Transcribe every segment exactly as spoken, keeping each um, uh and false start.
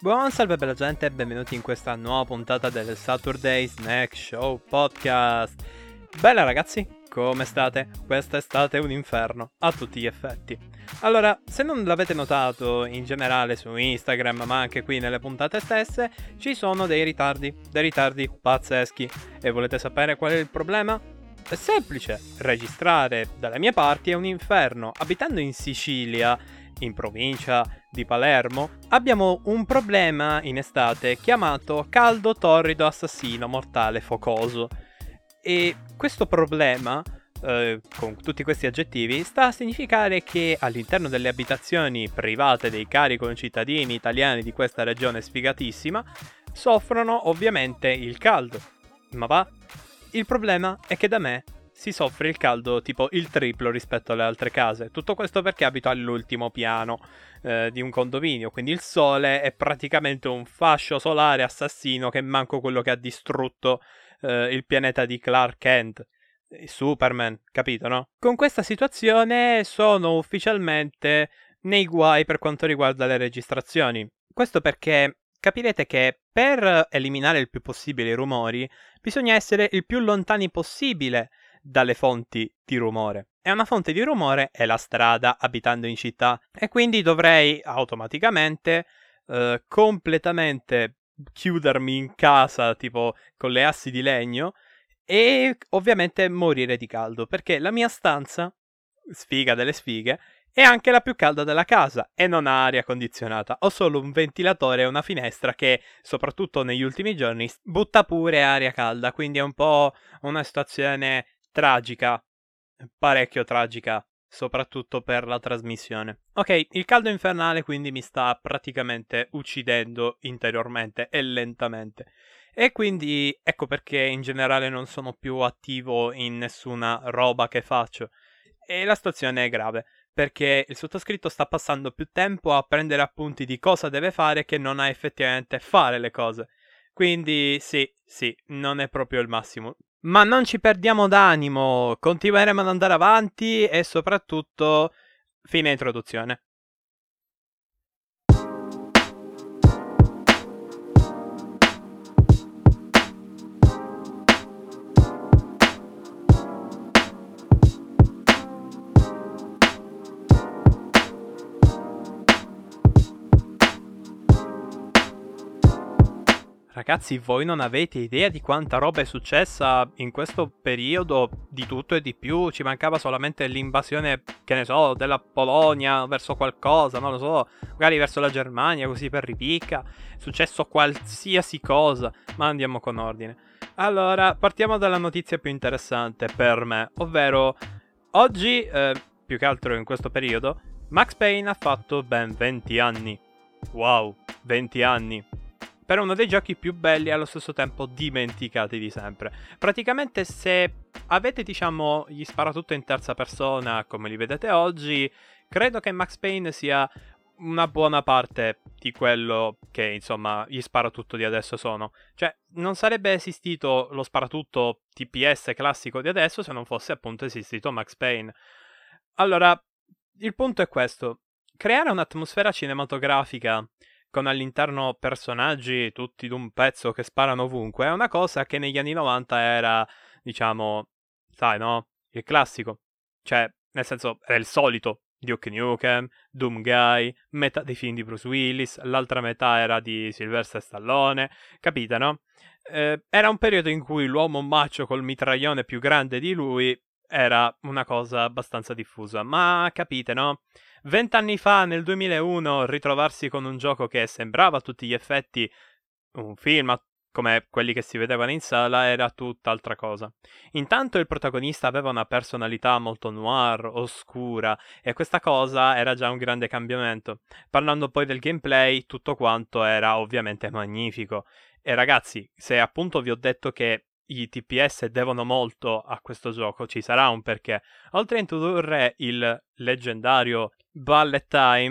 Buon salve bella gente e benvenuti in questa nuova puntata del Saturday Snack Show Podcast. Bella ragazzi, come state? Quest'estate è un inferno, a tutti gli effetti. Allora, se non l'avete notato in generale su Instagram, ma anche qui nelle puntate stesse, ci sono dei ritardi, dei ritardi pazzeschi. E volete sapere qual è il problema? È semplice, registrare dalle mie parti è un inferno. Abitando in Sicilia, in provincia di Palermo, abbiamo un problema in estate chiamato caldo, torrido, assassino, mortale, focoso. E questo problema, eh, con tutti questi aggettivi, sta a significare che all'interno delle abitazioni private dei cari concittadini italiani di questa regione sfigatissima, soffrono ovviamente il caldo. Ma va? Il problema è che da me si soffre il caldo tipo il triplo rispetto alle altre case. Tutto questo perché abito all'ultimo piano eh, di un condominio, quindi il sole è praticamente un fascio solare assassino che manco quello che ha distrutto eh, il pianeta di Clark Kent, Superman, capito, no? Con questa situazione sono ufficialmente nei guai per quanto riguarda le registrazioni. Questo perché capirete che per eliminare il più possibile i rumori bisogna essere il più lontani possibile dalle fonti di rumore. E una fonte di rumore è la strada, abitando in città. E quindi dovrei automaticamente, eh, completamente chiudermi in casa, tipo con le assi di legno, e ovviamente morire di caldo, perché la mia stanza, sfiga delle sfighe, è anche la più calda della casa e non ha aria condizionata. Ho solo un ventilatore e una finestra che, soprattutto negli ultimi giorni, butta pure aria calda, quindi è un po' una situazione tragica, parecchio tragica, soprattutto per la trasmissione. Ok, il caldo infernale quindi mi sta praticamente uccidendo interiormente e lentamente. E quindi ecco perché in generale non sono più attivo in nessuna roba che faccio. E la situazione è grave, perché il sottoscritto sta passando più tempo a prendere appunti di cosa deve fare che non a effettivamente fare le cose. Quindi sì, sì, non è proprio il massimo. Ma non ci perdiamo d'animo, continueremo ad andare avanti e soprattutto fine introduzione. Ragazzi, voi non avete idea di quanta roba è successa in questo periodo, di tutto e di più. Ci mancava solamente l'invasione, che ne so, della Polonia verso qualcosa, non lo so, magari verso la Germania, così per ripicca. È successo qualsiasi cosa, ma andiamo con ordine. Allora, partiamo dalla notizia più interessante per me, ovvero oggi, eh, più che altro in questo periodo, Max Payne ha fatto ben venti anni. Wow, venti anni. Per uno dei giochi più belli e allo stesso tempo dimenticati di sempre. Praticamente se avete, diciamo, gli sparatutto in terza persona come li vedete oggi, credo che Max Payne sia una buona parte di quello che, insomma, gli sparatutto di adesso sono. Cioè, non sarebbe esistito lo sparatutto T P S classico di adesso se non fosse appunto esistito Max Payne. Allora, il punto è questo. Creare un'atmosfera cinematografica con all'interno personaggi tutti d'un pezzo che sparano ovunque, è una cosa che negli anni novanta era, diciamo, sai, no? Il classico. Cioè, nel senso, era il solito. Duke Nukem, Doom Guy, metà dei film di Bruce Willis, l'altra metà era di Sylvester Stallone, capite, no? Eh, era un periodo in cui l'uomo macho col mitraglione più grande di lui era una cosa abbastanza diffusa, ma capite, no? Vent'anni fa, nel duemilauno, ritrovarsi con un gioco che sembrava a tutti gli effetti un film come quelli che si vedevano in sala era tutt'altra cosa. Intanto il protagonista aveva una personalità molto noir, oscura, e questa cosa era già un grande cambiamento. Parlando poi del gameplay, tutto quanto era ovviamente magnifico. E ragazzi, se appunto vi ho detto che i T P S devono molto a questo gioco, ci sarà un perché. Oltre a introdurre il leggendario Bullet Time,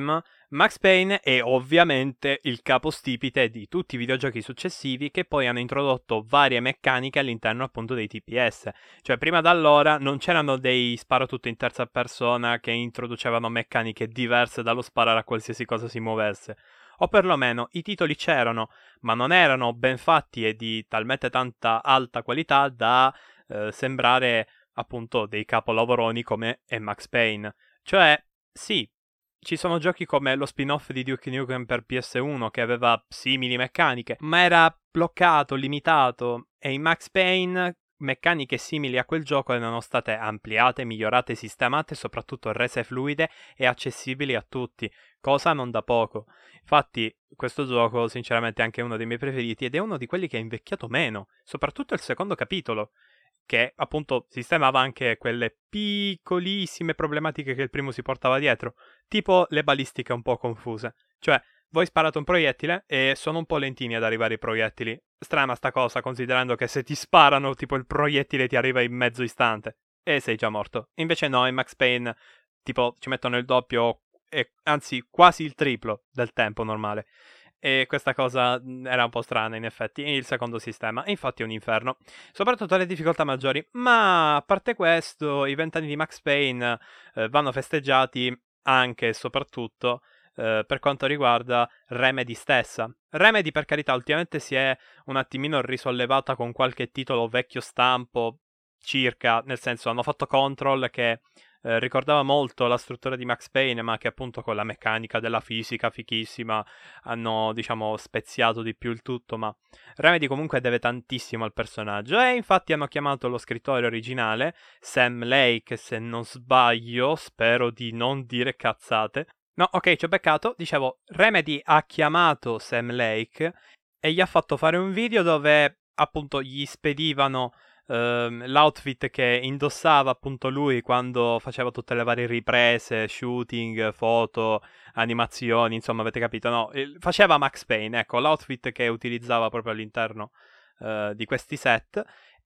Max Payne è ovviamente il capostipite di tutti i videogiochi successivi che poi hanno introdotto varie meccaniche all'interno appunto dei T P S. Cioè prima da allora non c'erano dei sparatutto in terza persona che introducevano meccaniche diverse dallo sparare a qualsiasi cosa si muovesse. O perlomeno i titoli c'erano, ma non erano ben fatti e di talmente tanta alta qualità da eh, sembrare appunto dei capolavoroni come è Max Payne. Cioè, sì, ci sono giochi come lo spin-off di Duke Nukem per P S uno che aveva simili meccaniche, ma era bloccato, limitato, e in Max Payne meccaniche simili a quel gioco erano state ampliate, migliorate, sistemate e soprattutto rese fluide e accessibili a tutti, cosa non da poco. Infatti questo gioco sinceramente è anche uno dei miei preferiti ed è uno di quelli che è invecchiato meno, soprattutto il secondo capitolo, che appunto sistemava anche quelle piccolissime problematiche che il primo si portava dietro, tipo le balistiche un po' confuse. Cioè, voi sparate un proiettile e sono un po' lentini ad arrivare i proiettili. Strana sta cosa, considerando che se ti sparano, tipo il proiettile ti arriva in mezzo istante e sei già morto. Invece no, in Max Payne, tipo, ci mettono il doppio, e, anzi quasi il triplo del tempo normale. E questa cosa era un po' strana in effetti, il secondo sistema, e infatti è un inferno, soprattutto le difficoltà maggiori, ma a parte questo i vent'anni di Max Payne eh, vanno festeggiati anche e soprattutto eh, per quanto riguarda Remedy stessa. Remedy per carità ultimamente si è un attimino risollevata con qualche titolo vecchio stampo, circa, nel senso hanno fatto Control che eh, ricordava molto la struttura di Max Payne, ma che appunto con la meccanica della fisica fichissima hanno, diciamo, speziato di più il tutto, ma Remedy comunque deve tantissimo al personaggio e infatti hanno chiamato lo scrittore originale, Sam Lake, se non sbaglio, spero di non dire cazzate. No, ok, ci ho beccato, dicevo, Remedy ha chiamato Sam Lake e gli ha fatto fare un video dove appunto gli spedivano ehm, l'outfit che indossava appunto lui quando faceva tutte le varie riprese, shooting, foto, animazioni, insomma avete capito, no? Il- faceva Max Payne, ecco, l'outfit che utilizzava proprio all'interno eh, di questi set.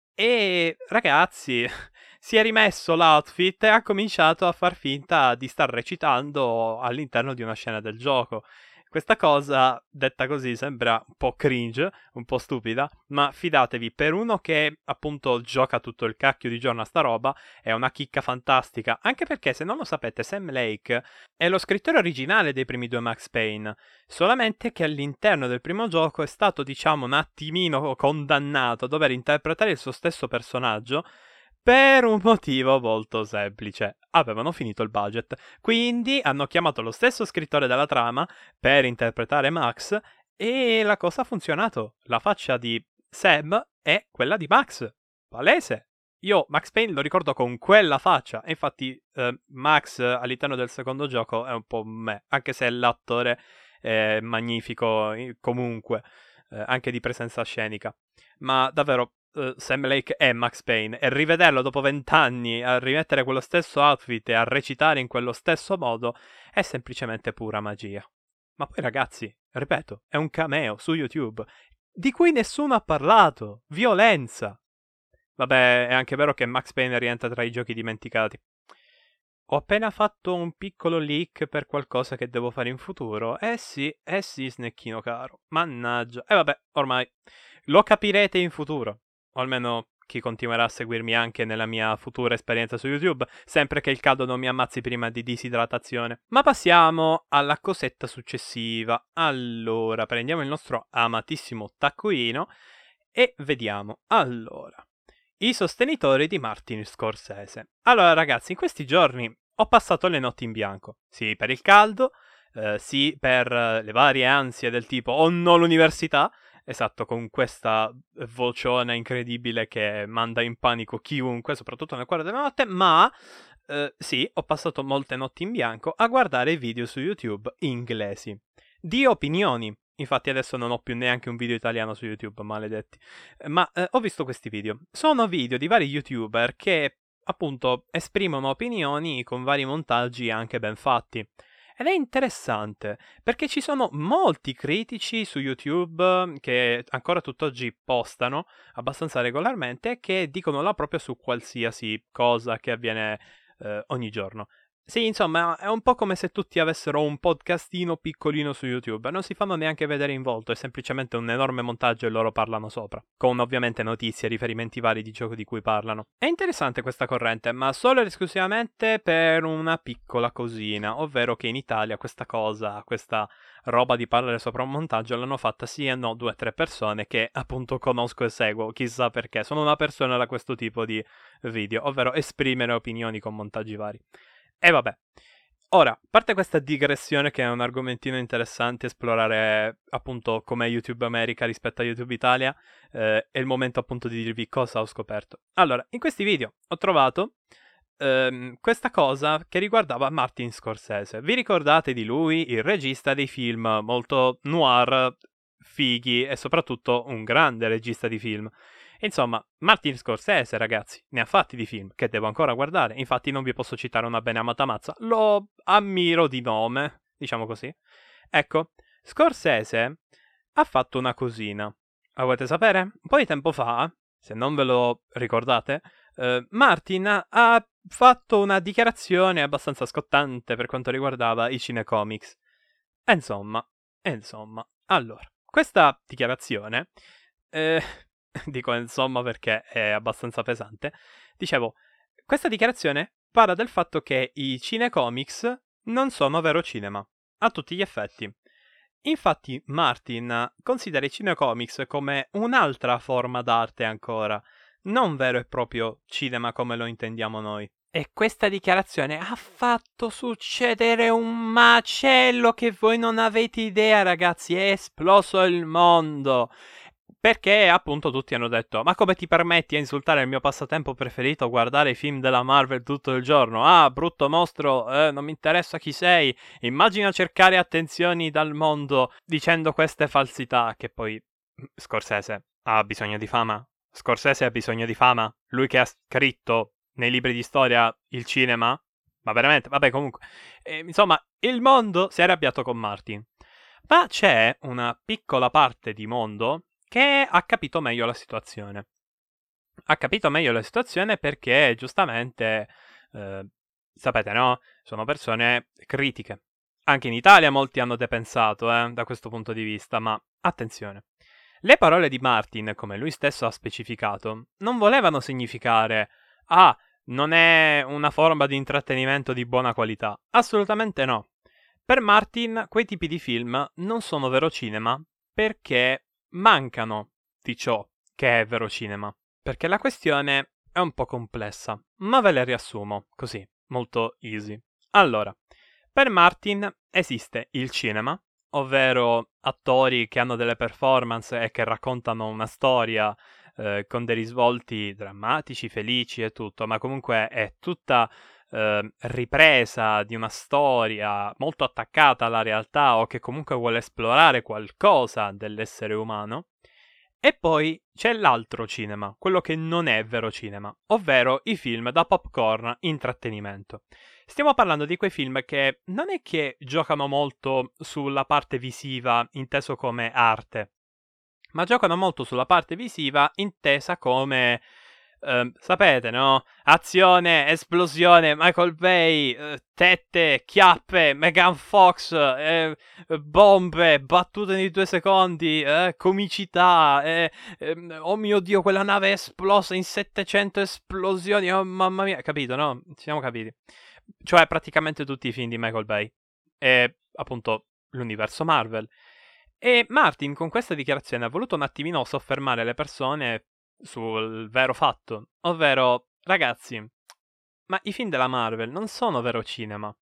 E ragazzi, si è rimesso l'outfit e ha cominciato a far finta di star recitando all'interno di una scena del gioco. Questa cosa, detta così, sembra un po' cringe, un po' stupida, ma fidatevi, per uno che appunto gioca tutto il cacchio di giorno a sta roba, è una chicca fantastica, anche perché se non lo sapete Sam Lake è lo scrittore originale dei primi due Max Payne, solamente che all'interno del primo gioco è stato diciamo un attimino condannato a dover interpretare il suo stesso personaggio per un motivo molto semplice. Avevano finito il budget. Quindi hanno chiamato lo stesso scrittore della trama per interpretare Max e la cosa ha funzionato. La faccia di Sam è quella di Max. Palese. Io Max Payne lo ricordo con quella faccia. E infatti eh, Max all'interno del secondo gioco è un po' me, anche se l'attore è magnifico eh, comunque, eh, anche di presenza scenica. Ma davvero Uh, Sam Lake è Max Payne e rivederlo dopo vent'anni a rimettere quello stesso outfit e a recitare in quello stesso modo è semplicemente pura magia. Ma poi ragazzi, ripeto, è un cameo su YouTube di cui nessuno ha parlato. Violenza. Vabbè, è anche vero che Max Payne rientra tra i giochi dimenticati. Ho appena fatto un piccolo leak per qualcosa che devo fare in futuro. Eh sì, eh sì, Snecchino caro. Mannaggia. E eh vabbè, ormai lo capirete in futuro. O almeno chi continuerà a seguirmi anche nella mia futura esperienza su YouTube, sempre che il caldo non mi ammazzi prima di disidratazione. Ma passiamo alla cosetta successiva. Allora, prendiamo il nostro amatissimo taccuino e vediamo. Allora, i sostenitori di Martin Scorsese. Allora, ragazzi, in questi giorni ho passato le notti in bianco. Sì, per il caldo, eh, sì, per eh, le varie ansie del tipo oh no, l'università. Esatto, con questa vociona incredibile che manda in panico chiunque, soprattutto nel cuore della notte, ma eh, sì, ho passato molte notti in bianco a guardare video su YouTube inglesi, di opinioni. Infatti adesso non ho più neanche un video italiano su YouTube, maledetti. Ma eh, ho visto questi video. Sono video di vari YouTuber che appunto esprimono opinioni con vari montaggi anche ben fatti. Ed è interessante, perché ci sono molti critici su YouTube che ancora tutt'oggi postano abbastanza regolarmente e che dicono la propria su qualsiasi cosa che avviene eh, ogni giorno. Sì, insomma, è un po' come se tutti avessero un podcastino piccolino su YouTube. Non si fanno neanche vedere in volto, è semplicemente un enorme montaggio e loro parlano sopra. Con ovviamente notizie e riferimenti vari di gioco di cui parlano. È interessante questa corrente, ma solo ed esclusivamente per una piccola cosina, ovvero che in Italia questa cosa, questa roba di parlare sopra un montaggio l'hanno fatta sì e no due o tre persone che appunto conosco e seguo, chissà perché. Sono una persona da questo tipo di video, ovvero esprimere opinioni con montaggi vari. E vabbè. Ora, a parte questa digressione che è un argomentino interessante, esplorare appunto com'è YouTube America rispetto a YouTube Italia, eh, è il momento appunto di dirvi cosa ho scoperto. Allora, in questi video ho trovato ehm, questa cosa che riguardava Martin Scorsese. Vi ricordate di lui, il regista dei film molto noir, fighi e soprattutto un grande regista di film. Insomma, Martin Scorsese, ragazzi, ne ha fatti di film che devo ancora guardare. Infatti non vi posso citare una beneamata mazza, lo ammiro di nome, diciamo così. Ecco, Scorsese ha fatto una cosina. La volete sapere? Un po' di tempo fa, se non ve lo ricordate, eh, Martin ha fatto una dichiarazione abbastanza scottante per quanto riguardava i cinecomics. E insomma, e insomma, allora, questa dichiarazione... Eh, dico insomma perché è abbastanza pesante, dicevo, questa dichiarazione parla del fatto che i cinecomics non sono vero cinema, a tutti gli effetti. Infatti Martin considera i cinecomics come un'altra forma d'arte ancora, non vero e proprio cinema come lo intendiamo noi. E questa dichiarazione ha fatto succedere un macello che voi non avete idea, ragazzi, è esploso il mondo. Perché appunto tutti hanno detto: ma come ti permetti a insultare il mio passatempo preferito, guardare i film della Marvel tutto il giorno? Ah, brutto mostro, eh, non mi interessa chi sei. Immagina cercare attenzioni dal mondo dicendo queste falsità. Che poi Scorsese ha bisogno di fama? Scorsese ha bisogno di fama? Lui che ha scritto nei libri di storia il cinema? Ma veramente, vabbè, comunque. Eh, insomma, il mondo si è arrabbiato con Martin. Ma c'è una piccola parte di mondo che ha capito meglio la situazione. Ha capito meglio la situazione perché, giustamente, eh, sapete, no? Sono persone critiche. Anche in Italia molti hanno depensato, eh, da questo punto di vista, ma attenzione. Le parole di Martin, come lui stesso ha specificato, non volevano significare «Ah, non è una forma di intrattenimento di buona qualità». Assolutamente no. Per Martin quei tipi di film non sono vero cinema perché mancano di ciò che è vero cinema. Perché la questione è un po' complessa, ma ve la riassumo così, molto easy. Allora, per Martin esiste il cinema, ovvero attori che hanno delle performance e che raccontano una storia eh, con dei risvolti drammatici, felici e tutto, ma comunque è tutta eh, ripresa di una storia molto attaccata alla realtà o che comunque vuole esplorare qualcosa dell'essere umano. E poi c'è l'altro cinema, quello che non è vero cinema, ovvero i film da popcorn intrattenimento. Stiamo parlando di quei film che non è che giocano molto sulla parte visiva inteso come arte, ma giocano molto sulla parte visiva intesa come, eh, sapete, no? Azione, esplosione, Michael Bay, eh, tette, chiappe, Megan Fox, eh, bombe, battute di due secondi, eh, comicità, eh, eh, oh mio Dio, quella nave è esplosa in settecento esplosioni, oh mamma mia, capito, no? Ci siamo capiti. Cioè praticamente tutti i film di Michael Bay e appunto l'universo Marvel. E Martin con questa dichiarazione ha voluto un attimino soffermare le persone sul vero fatto, ovvero, ragazzi, ma i film della Marvel non sono vero cinema.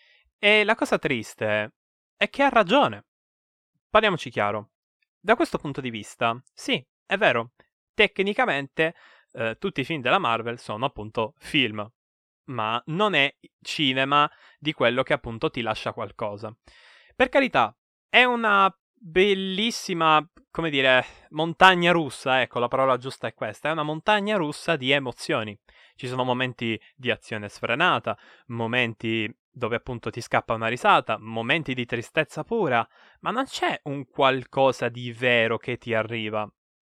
E la cosa triste è che ha ragione. Parliamoci chiaro. Da questo punto di vista, sì, è vero, tecnicamente eh, tutti i film della Marvel sono appunto film, ma non è cinema di quello che appunto ti lascia qualcosa. Per carità, è una bellissima, come dire, montagna russa, ecco, la parola giusta è questa, è una montagna russa di emozioni. Ci sono momenti di azione sfrenata, momenti dove appunto ti scappa una risata, momenti di tristezza pura, ma non c'è un qualcosa di vero che ti arriva.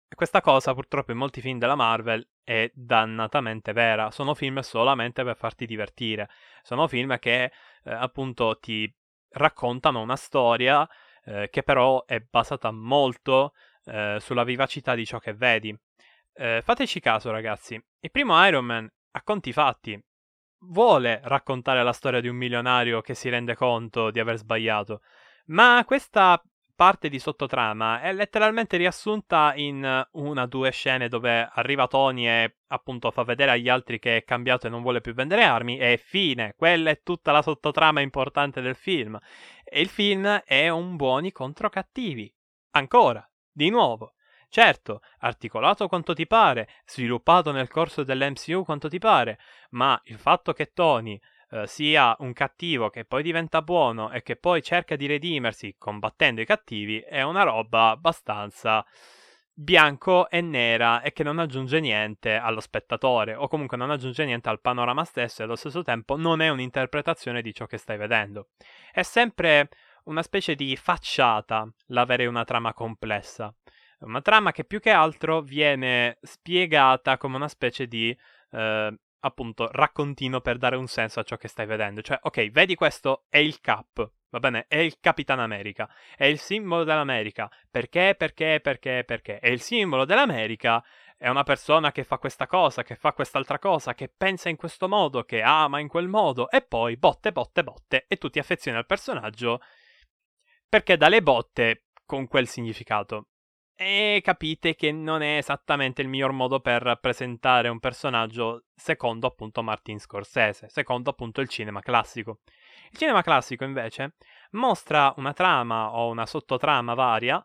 E questa cosa purtroppo in molti film della Marvel è dannatamente vera. Sono film solamente per farti divertire. Sono film che eh, appunto ti raccontano una storia eh, che però è basata molto eh, sulla vivacità di ciò che vedi. Eh, fateci caso, ragazzi. Il primo Iron Man, a conti fatti, vuole raccontare la storia di un milionario che si rende conto di aver sbagliato. Ma questa parte di sottotrama è letteralmente riassunta in una o due scene dove arriva Tony e appunto fa vedere agli altri che è cambiato e non vuole più vendere armi e fine. Quella è tutta la sottotrama importante del film. E il film è un buoni contro cattivi. Ancora, di nuovo. Certo, articolato quanto ti pare, sviluppato nel corso dell'M C U quanto ti pare, ma il fatto che Tony eh, sia un cattivo che poi diventa buono e che poi cerca di redimersi combattendo i cattivi è una roba abbastanza bianco e nera e che non aggiunge niente allo spettatore o comunque non aggiunge niente al panorama stesso e allo stesso tempo non è un'interpretazione di ciò che stai vedendo. È sempre una specie di facciata l'avere una trama complessa. Una trama che più che altro viene spiegata come una specie di eh, appunto raccontino per dare un senso a ciò che stai vedendo. Cioè, ok, vedi questo è il Cap, va bene? È il Capitan America, è il simbolo dell'America. Perché? Perché? Perché? Perché? E il simbolo dell'America è una persona che fa questa cosa, che fa quest'altra cosa, che pensa in questo modo, che ama in quel modo, e poi botte, botte, botte, e tu ti affezioni al personaggio perché dà le botte con quel significato. E capite che non è esattamente il miglior modo per rappresentare un personaggio secondo appunto Martin Scorsese, secondo appunto il cinema classico. Il cinema classico invece mostra una trama o una sottotrama varia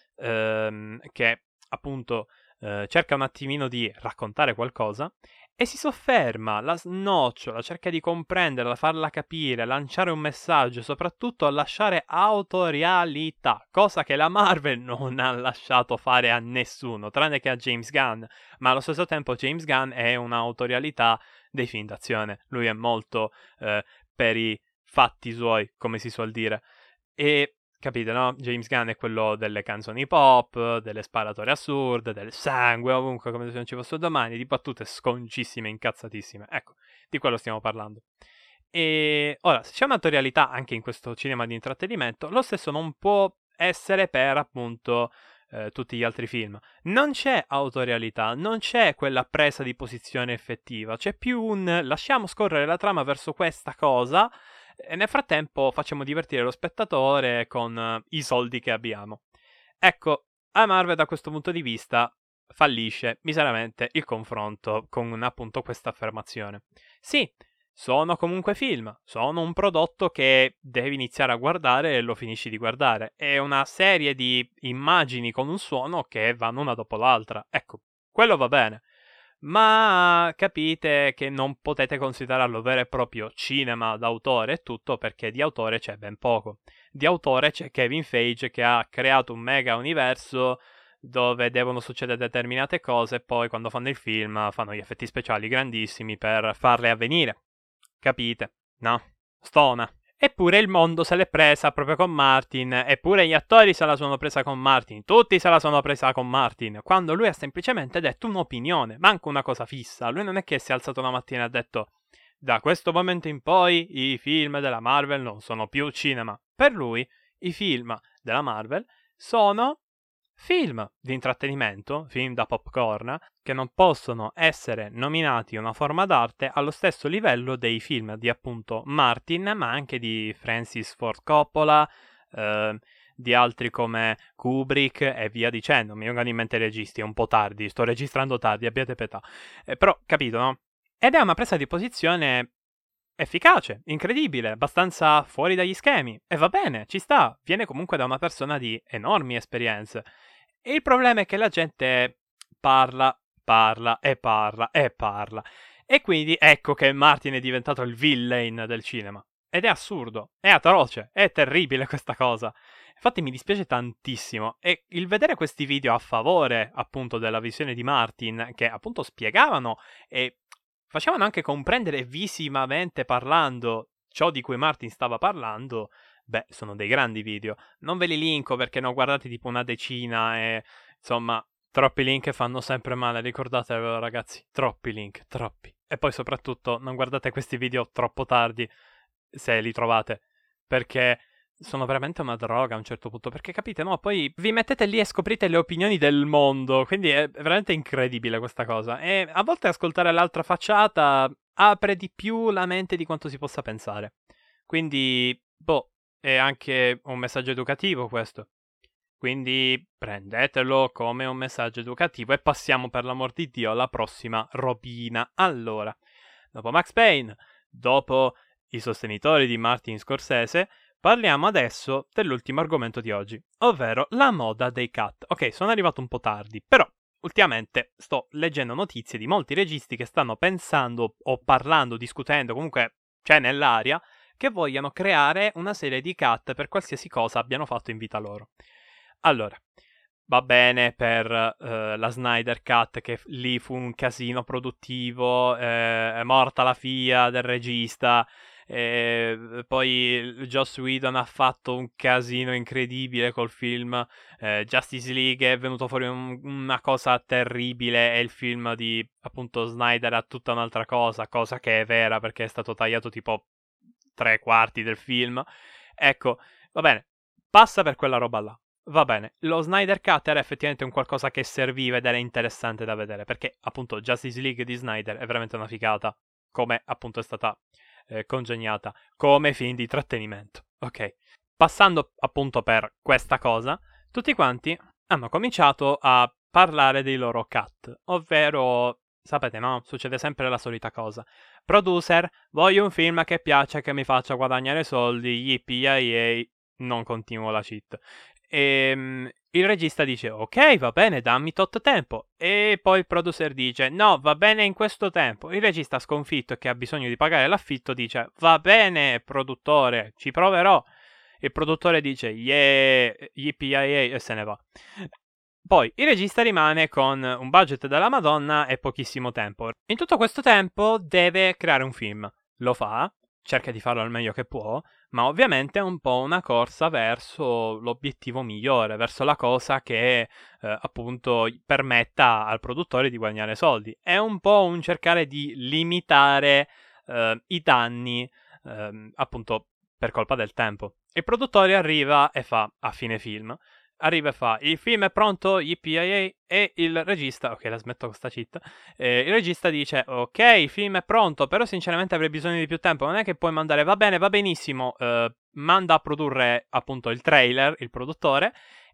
ehm, che appunto eh, cerca un attimino di raccontare qualcosa e si sofferma, la snocciola, cerca di comprenderla, farla capire, lanciare un messaggio e soprattutto lasciare autorialità, cosa che la Marvel non ha lasciato fare a nessuno, tranne che a James Gunn, ma allo stesso tempo James Gunn è un'autorialità dei film d'azione, lui è molto eh, per i fatti suoi, come si suol dire, e capite, no? James Gunn è quello delle canzoni pop, delle sparatorie assurde, del sangue ovunque, come se non ci fosse domani, di battute sconcissime, incazzatissime. Ecco, di quello stiamo parlando. E ora, se c'è un'autorialità anche in questo cinema di intrattenimento, lo stesso non può essere per appunto eh, tutti gli altri film. Non c'è autorialità, non c'è quella presa di posizione effettiva, c'è più un lasciamo scorrere la trama verso questa cosa e nel frattempo facciamo divertire lo spettatore con uh, i soldi che abbiamo. Ecco, a Marvel da questo punto di vista fallisce miseramente il confronto con appunto questa affermazione. Sì, sono comunque film, sono un prodotto che devi iniziare a guardare e lo finisci di guardare. È una serie di immagini con un suono che vanno una dopo l'altra. Ecco, quello va bene. Ma capite che non potete considerarlo vero e proprio cinema d'autore e tutto perché di autore c'è ben poco. Di autore c'è Kevin Feige che ha creato un mega universo dove devono succedere determinate cose e poi quando fanno il film fanno gli effetti speciali grandissimi per farle avvenire. Capite? No? Stona. Eppure il mondo se l'è presa proprio con Martin, eppure gli attori se la sono presa con Martin, tutti se la sono presa con Martin, quando lui ha semplicemente detto un'opinione, manco una cosa fissa. Lui non è che si è alzato una mattina e ha detto da questo momento in poi i film della Marvel non sono più cinema. Per lui i film della Marvel sono film di intrattenimento, film da popcorn, che non possono essere nominati una forma d'arte allo stesso livello dei film di appunto Martin, ma anche di Francis Ford Coppola, eh, di altri come Kubrick e via dicendo. Mi vengono in mente i registi, è un po' tardi, sto registrando tardi, abbiate pietà. Eh, però, capito, no? Ed è una presa di posizione efficace, incredibile, abbastanza fuori dagli schemi. E va bene, ci sta, viene comunque da una persona di enormi esperienze. E il problema è che la gente parla, parla e parla e parla. E quindi ecco che Martin è diventato il villain del cinema. Ed è assurdo, è atroce, è terribile questa cosa. Infatti mi dispiace tantissimo. E il vedere questi video a favore, appunto, della visione di Martin, che appunto spiegavano e facevano anche comprendere visivamente parlando ciò di cui Martin stava parlando, beh, sono dei grandi video. Non ve li linko perché ne ho guardati tipo una decina e, insomma, Troppi link fanno sempre male, ricordatevelo ragazzi, troppi link, troppi. E poi soprattutto non guardate questi video troppo tardi, se li trovate, perché sono veramente una droga a un certo punto, perché capite, no? Poi vi mettete lì e scoprite le opinioni del mondo, quindi è veramente incredibile questa cosa. E a volte ascoltare l'altra facciata apre di più la mente di quanto si possa pensare. Quindi, boh, è anche un messaggio educativo questo. Quindi prendetelo come un messaggio educativo e passiamo per l'amor di Dio alla prossima robina. Allora, dopo Max Payne, dopo i sostenitori di Martin Scorsese, parliamo adesso dell'ultimo argomento di oggi, ovvero la moda dei cut. Ok, sono arrivato un po' tardi, però ultimamente sto leggendo notizie di molti registi che stanno pensando o parlando, discutendo, comunque c'è nell'aria, che vogliano creare una serie di cut per qualsiasi cosa abbiano fatto in vita loro. Allora, va bene per uh, la Snyder Cut, che f- lì fu un casino produttivo, eh, è morta la figlia del regista, eh, poi Joss Whedon ha fatto un casino incredibile col film, eh, Justice League è venuto fuori un- una cosa terribile e il film di appunto Snyder ha tutta un'altra cosa, cosa che è vera perché è stato tagliato tipo tre quarti del film. Ecco, va bene, passa per quella roba là. Va bene, lo Snyder Cut era effettivamente un qualcosa che serviva ed era interessante da vedere, perché appunto Justice League di Snyder è veramente una figata, come appunto è stata eh, congegnata, come film di trattenimento. Ok, passando appunto per questa cosa, tutti quanti hanno cominciato a parlare dei loro cut, ovvero, sapete no, succede sempre la solita cosa. Producer, voglio un film che piaccia e che mi faccia guadagnare soldi, yippee non continuo la cheat. E il regista dice ok, va bene, dammi tot tempo. E poi il producer dice no, va bene in questo tempo. Il regista sconfitto e che ha bisogno di pagare l'affitto dice va bene produttore, ci proverò. Il produttore dice yeah, yippee e se ne va. Poi il regista rimane con un budget della Madonna e pochissimo tempo. In tutto questo tempo deve creare un film. Lo fa, cerca di farlo al meglio che può, ma ovviamente è un po' una corsa verso l'obiettivo migliore, verso la cosa che eh, appunto permetta al produttore di guadagnare soldi. È un po' un cercare di limitare eh, i danni eh, appunto per colpa del tempo. Il produttore arriva e fa a fine film. Arriva e fa il film è pronto, yippee e il regista, ok la smetto con sta cheat, eh, il regista dice ok il film è pronto però sinceramente avrei bisogno di più tempo, non è che puoi mandare va bene va benissimo, eh, manda a produrre appunto il trailer, il produttore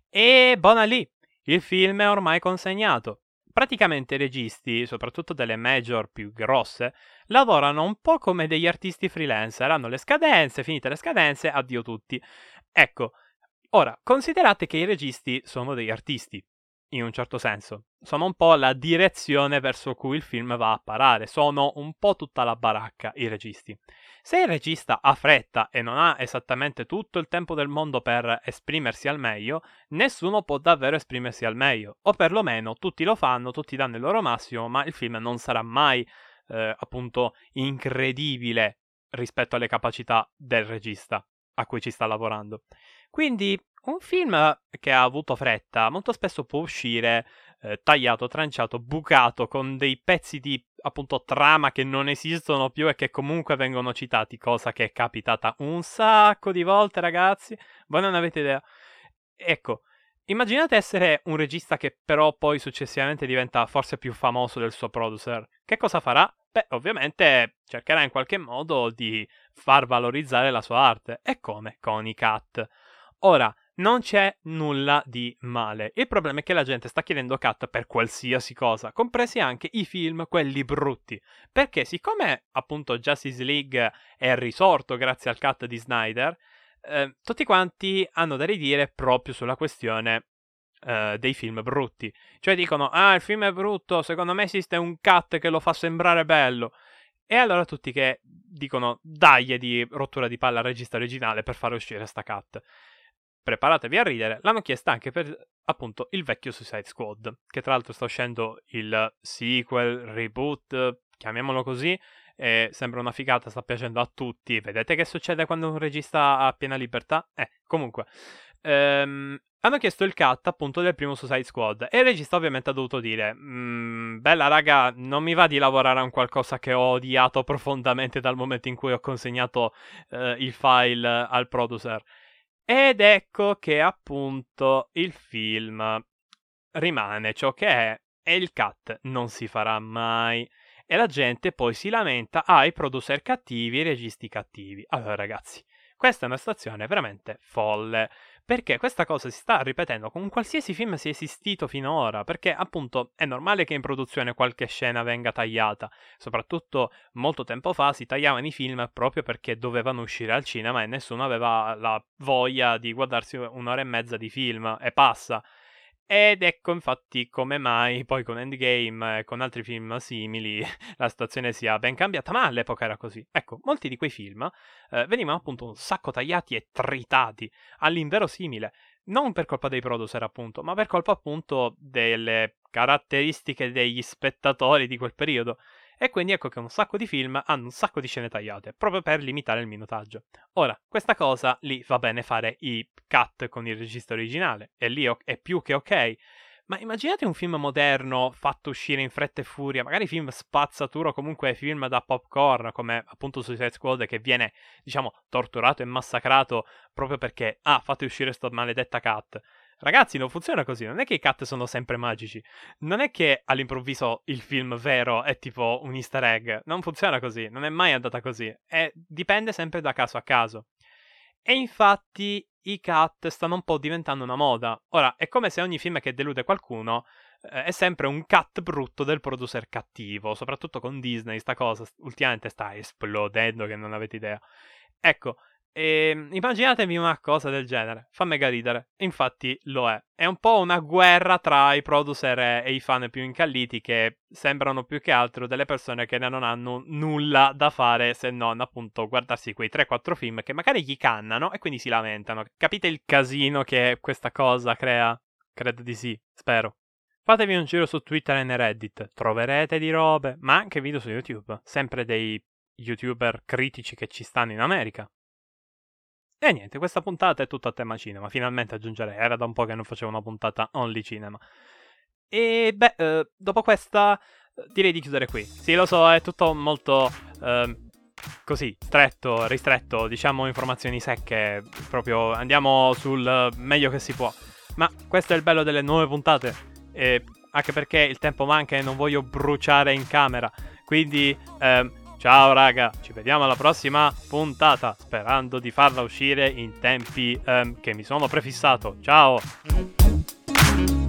e buona lì, il film è ormai consegnato. Praticamente i registi, soprattutto delle major più grosse, lavorano un po' come degli artisti freelancer, hanno le scadenze, finite le scadenze, addio tutti. Ecco, ora, considerate che i registi sono degli artisti, in un certo senso. Sono un po' la direzione verso cui il film va a parare. Sono un po' tutta la baracca, i registi. Se il regista ha fretta e non ha esattamente tutto il tempo del mondo per esprimersi al meglio, nessuno può davvero esprimersi al meglio. O perlomeno tutti lo fanno, tutti danno il loro massimo, ma il film non sarà mai, eh, appunto, incredibile rispetto alle capacità del regista a cui ci sta lavorando. Quindi un film che ha avuto fretta molto spesso può uscire eh, tagliato, tranciato, bucato, con dei pezzi di appunto trama che non esistono più e che comunque vengono citati, cosa che è capitata un sacco di volte, ragazzi. Voi non avete idea. Ecco, immaginate essere un regista che però poi successivamente diventa forse più famoso del suo producer. Che cosa farà? Beh, ovviamente cercherà in qualche modo di far valorizzare la sua arte. E come? Con i cut. Ora, non c'è nulla di male. Il problema è che la gente sta chiedendo cut per qualsiasi cosa, compresi anche i film, quelli brutti. Perché siccome appunto Justice League è risorto grazie al cut di Snyder, eh, tutti quanti hanno da ridire proprio sulla questione eh, dei film brutti. Cioè dicono, ah, il film è brutto, secondo me esiste un cut che lo fa sembrare bello. E allora tutti che dicono, dagli di rottura di palla al regista originale per fare uscire sta cut. Preparatevi a ridere, l'hanno chiesta anche per appunto il vecchio Suicide Squad, che tra l'altro sta uscendo il sequel, reboot, chiamiamolo così, e sembra una figata, sta piacendo a tutti. Vedete che succede quando un regista ha piena libertà? Eh, comunque, ehm, hanno chiesto il cut appunto del primo Suicide Squad e il regista ovviamente ha dovuto dire mmm, bella raga, non mi va di lavorare a un qualcosa che ho odiato profondamente dal momento in cui ho consegnato eh, il file al producer. Ed ecco che appunto il film rimane ciò che è e il cut non si farà mai. E la gente poi si lamenta, ah, i producer cattivi, i registi cattivi. Allora ragazzi, questa è una situazione veramente folle, perché questa cosa si sta ripetendo con qualsiasi film sia esistito finora, perché appunto è normale che in produzione qualche scena venga tagliata, soprattutto molto tempo fa si tagliavano i film proprio perché dovevano uscire al cinema e nessuno aveva la voglia di guardarsi un'ora e mezza di film e passa. Ed ecco infatti come mai poi con Endgame e con altri film simili la situazione sia ben cambiata, ma all'epoca era così. Ecco, molti di quei film eh, venivano appunto un sacco tagliati e tritati all'inverosimile, non per colpa dei producer appunto, ma per colpa appunto delle caratteristiche degli spettatori di quel periodo. E quindi ecco che un sacco di film hanno un sacco di scene tagliate, proprio per limitare il minutaggio. Ora, questa cosa lì va bene fare i cut con il regista originale, e lì è più che ok. Ma immaginate un film moderno fatto uscire in fretta e furia, magari film spazzatura o comunque film da popcorn, come appunto Suicide Squad, che viene, diciamo, torturato e massacrato proprio perché, ah, fate uscire sta maledetta cut. Ragazzi, non funziona così, non è che i cut sono sempre magici. Non è che all'improvviso il film vero è tipo un easter egg. Non funziona così, non è mai andata così. E dipende sempre da caso a caso. E infatti i cut stanno un po' diventando una moda. Ora, è come se ogni film che delude qualcuno eh, è sempre un cut brutto del producer cattivo. Soprattutto con Disney, sta cosa ultimamente sta esplodendo che non avete idea. Ecco, e immaginatevi una cosa del genere, fa mega ridere, infatti lo è. È un po' una guerra tra i producer e, e i fan più incalliti che sembrano più che altro delle persone che non hanno nulla da fare se non appunto guardarsi quei tre quattro film che magari gli cannano e quindi si lamentano. Capite il casino che questa cosa crea? Credo di sì, spero. Fatevi un giro su Twitter e Reddit, troverete di robe, ma anche video su YouTube, sempre dei YouTuber critici che ci stanno in America. E niente, questa puntata è tutta a tema cinema, finalmente aggiungerei, era da un po' che non facevo una puntata only cinema. E beh, eh, dopo questa direi di chiudere qui. Sì, lo so, è tutto molto eh, così, stretto, ristretto, diciamo informazioni secche, proprio andiamo sul meglio che si può. Ma questo è il bello delle nuove puntate, e anche perché il tempo manca e non voglio bruciare in camera, quindi... Eh, ciao raga, ci vediamo alla prossima puntata, sperando di farla uscire in tempi um, che mi sono prefissato. Ciao!